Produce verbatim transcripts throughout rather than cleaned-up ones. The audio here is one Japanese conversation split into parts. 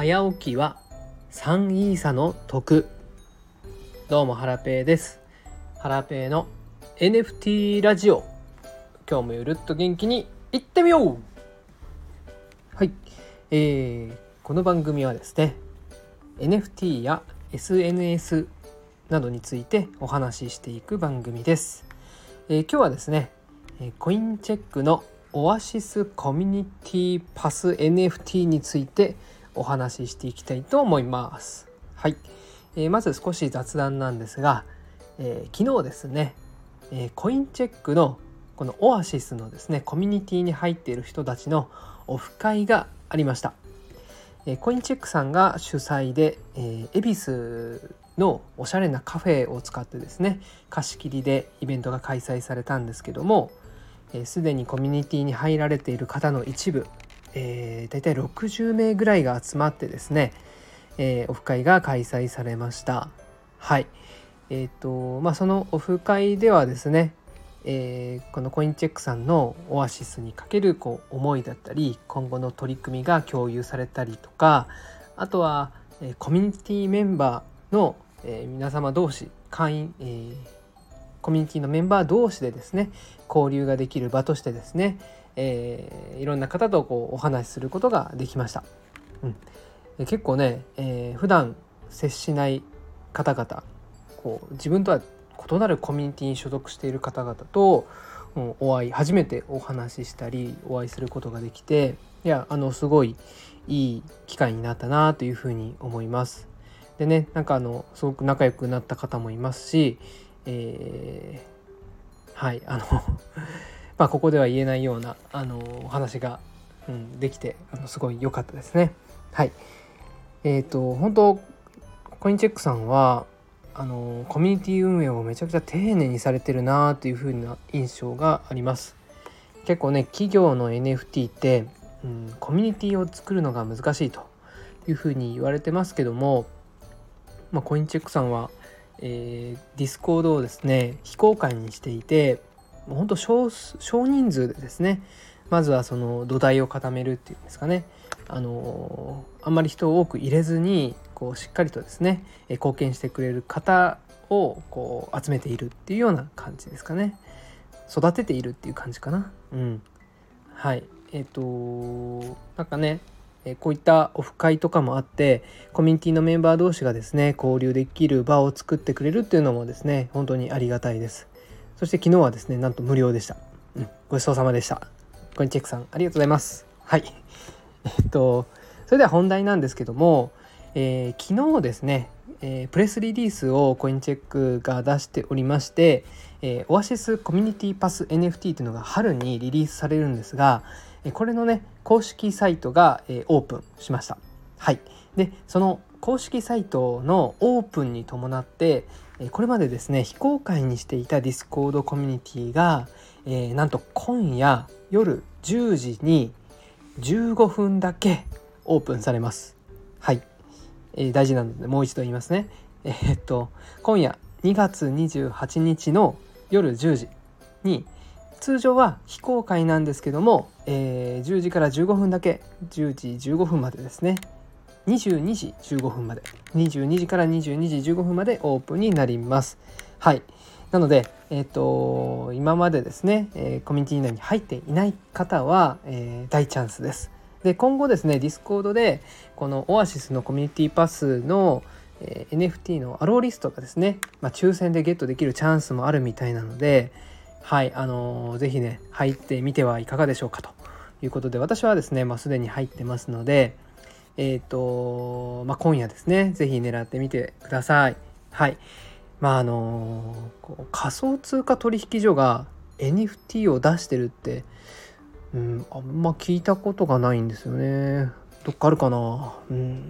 早起きはさんイーサの得。どうもハラペーです。ハラペーの エヌエフティー ラジオ、今日もゆるっと元気にいってみよう。はい、えー、この番組はですね エヌエフティー や エスエヌエス などについてお話ししていく番組です。えー、今日はですねコインチェックのオアシスコミュニティパス エヌエフティー についてお話ししていきたいと思います。はい、えー、まず少し雑談なんですが、えー、昨日ですね、えー、コインチェックのこのオアシスのですねコミュニティに入っている人たちのオフ会がありました。えー、コインチェックさんが主催で、えー、恵比寿のおしゃれなカフェを使ってですね貸し切りでイベントが開催されたんですけども、すで、えー、にコミュニティに入られている方の一部、えー、だいたいろくじゅうめいぐらいが集まってですね、えー、オフ会が開催されました。はい、えーとまあ、そのオフ会ではですね、えー、このコインチェックさんのオアシスにかけるこう思いだったり今後の取り組みが共有されたりとか、あとは、えー、コミュニティメンバーの、えー、皆様同士会員、えー、コミュニティのメンバー同士でですね交流ができる場としてですね、えー、いろんな方とこうお話しすることができました。うん、結構ね、えー、普段接しない方々、こう自分とは異なるコミュニティに所属している方々と、うん、お会い初めてお話ししたりお会いすることができて、いやあのすごいいい機会になったなというふうに思います。でね、なんかあのすごく仲良くなった方もいますし、えー、はいあのまあここでは言えないようなあのお話が、うん、できてあのすごい良かったですね。はい、えっと本当コインチェックさんはあのコミュニティ運営をめちゃくちゃ丁寧にされてるなという風な印象があります。結構ね企業の エヌエフティー って、うん、コミュニティを作るのが難しいという風に言われてますけども、まあ、コインチェックさんは、えー、ディスコードをですね非公開にしていて、もうほんと 少, 少人数でですねまずはその土台を固めるっていうんですかね、あのー、あんまり人を多く入れずにこうしっかりとですね貢献してくれる方をこう集めているっていうような感じですかね。育てているっていう感じかな。うん、はいえっ、ー、となんかねこういったオフ会とかもあってコミュニティのメンバー同士がですね交流できる場を作ってくれるっていうのもですね本当にありがたいです。そして昨日はですねなんと無料でした。うん、ごちそうさまでした。コインチェックさんありがとうございます。はいえっとそれでは本題なんですけども、えー、昨日ですね、えー、プレスリリースをコインチェックが出しておりまして、えー、オアシスコミュニティパス エヌエフティー というのが春にリリースされるんですが、これのね公式サイトが、えー、オープンしました。はい、でその公式サイトのオープンに伴ってこれまでですね非公開にしていたディスコードコミュニティが、えー、なんと今夜夜じゅうじにじゅうごふんだけオープンされます。はい、えー、大事なのでもう一度言いますね。えー、っと今夜にがつにじゅうはちにちの夜じゅうじに通常は非公開なんですけども、えー、じゅうじからじゅうごふんだけじゅうじじゅうごふんまでですねにじゅうにじじゅうごふんまでにじゅうにじからにじゅうにじじゅうごふんまでオープンになります。はい、なので、えー、と今までですね、えー、コミュニティ内に入っていない方は、えー、大チャンスです。で今後ですねディスコードでこのオアシスのコミュニティパスの、えー、エヌエフティー のアローリストがですね、まあ、抽選でゲットできるチャンスもあるみたいなので、はいあのー、ぜひね入ってみてはいかがでしょうかということで、私はですね、まあ、すでに入ってますので、えーとまあ、今夜ですねぜひ狙ってみてください。はい、まああのー、こう仮想通貨取引所が エヌエフティー を出してるって、うん、あんま聞いたことがないんですよね。どっかあるかな。うん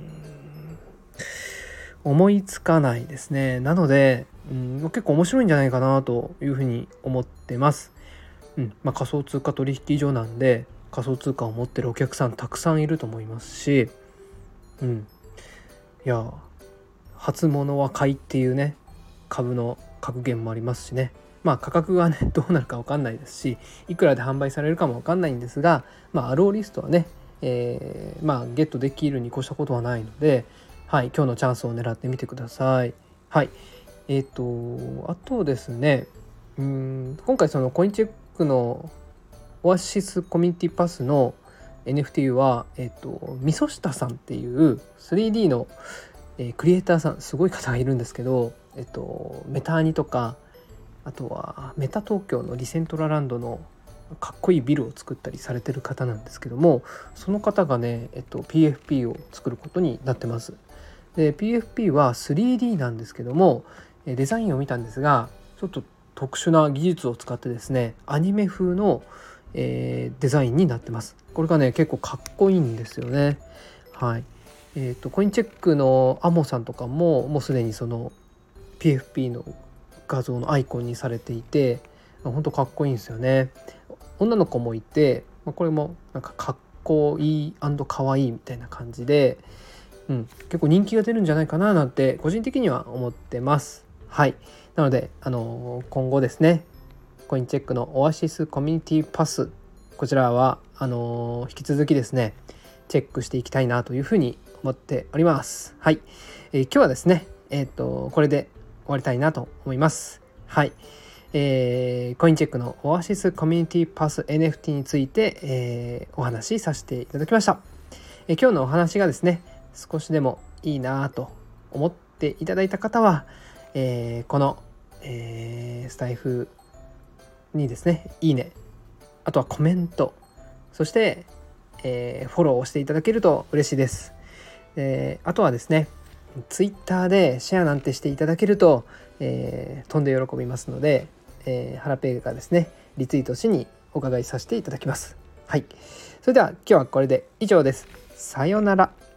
思いつかないですね。なので、うん、結構面白いんじゃないかなというふうに思ってます。うんまあ、仮想通貨取引所なんで仮想通貨を持ってるお客さんたくさんいると思いますし、うん、いや初物は買いっていうね株の格言もありますしね、まあ価格はねどうなるか分かんないですしいくらで販売されるかも分かんないんですが、まあ、アローリストはね、 えー、まあゲットできるに越したことはないので、はい、今日のチャンスを狙ってみてください。はい、えっ、ー、とあとですね、うーん今回そのコインチェックのオアシスコミュニティパスの エヌエフティー は、えっ、ー、とみそしたさんっていう スリーディー の、えー、クリエイターさん、すごい方がいるんですけど、えっ、ー、とメタアニとか、あとはメタ東京のリセントラランドのかっこいいビルを作ったりされてる方なんですけども、その方がね、えっと、ピーエフピー を作ることになってます。で ピーエフピー は スリーディー なんですけども、デザインを見たんですがちょっと特殊な技術を使ってですね、アニメ風の、えー、デザインになってます。これがね結構かっこいいんですよね。はい、えーと、コインチェックのアモさんとかももうすでにその ピーエフピー の画像のアイコンにされていて、本当かっこいいんですよね。女の子もいて、これもなんかかっこいい&かわいいみたいな感じで、うん、結構人気が出るんじゃないかななんて個人的には思ってます。はい、なので、あのー、今後ですね、コインチェックのオアシスコミュニティパス、こちらはあのー、引き続きですねチェックしていきたいなというふうに思っております。はい、えー、今日はですね、えー、とこれで終わりたいなと思います。はい、えー、コインチェックのオアシスコミュニティパス エヌエフティー について、えー、お話しさせていただきました。えー、今日のお話がですね少しでもいいなと思っていただいた方は、えー、この、えー、スタイフにですねいいね、あとはコメント、そして、えー、フォローをしていただけると嬉しいです。えー、あとはですねツイッターでシェアなんてしていただけると、えー、飛んで喜びますので、えー、ハラペイがですねリツイートしにお伺いさせていただきます。はい、それでは今日はこれで以上です。さようなら。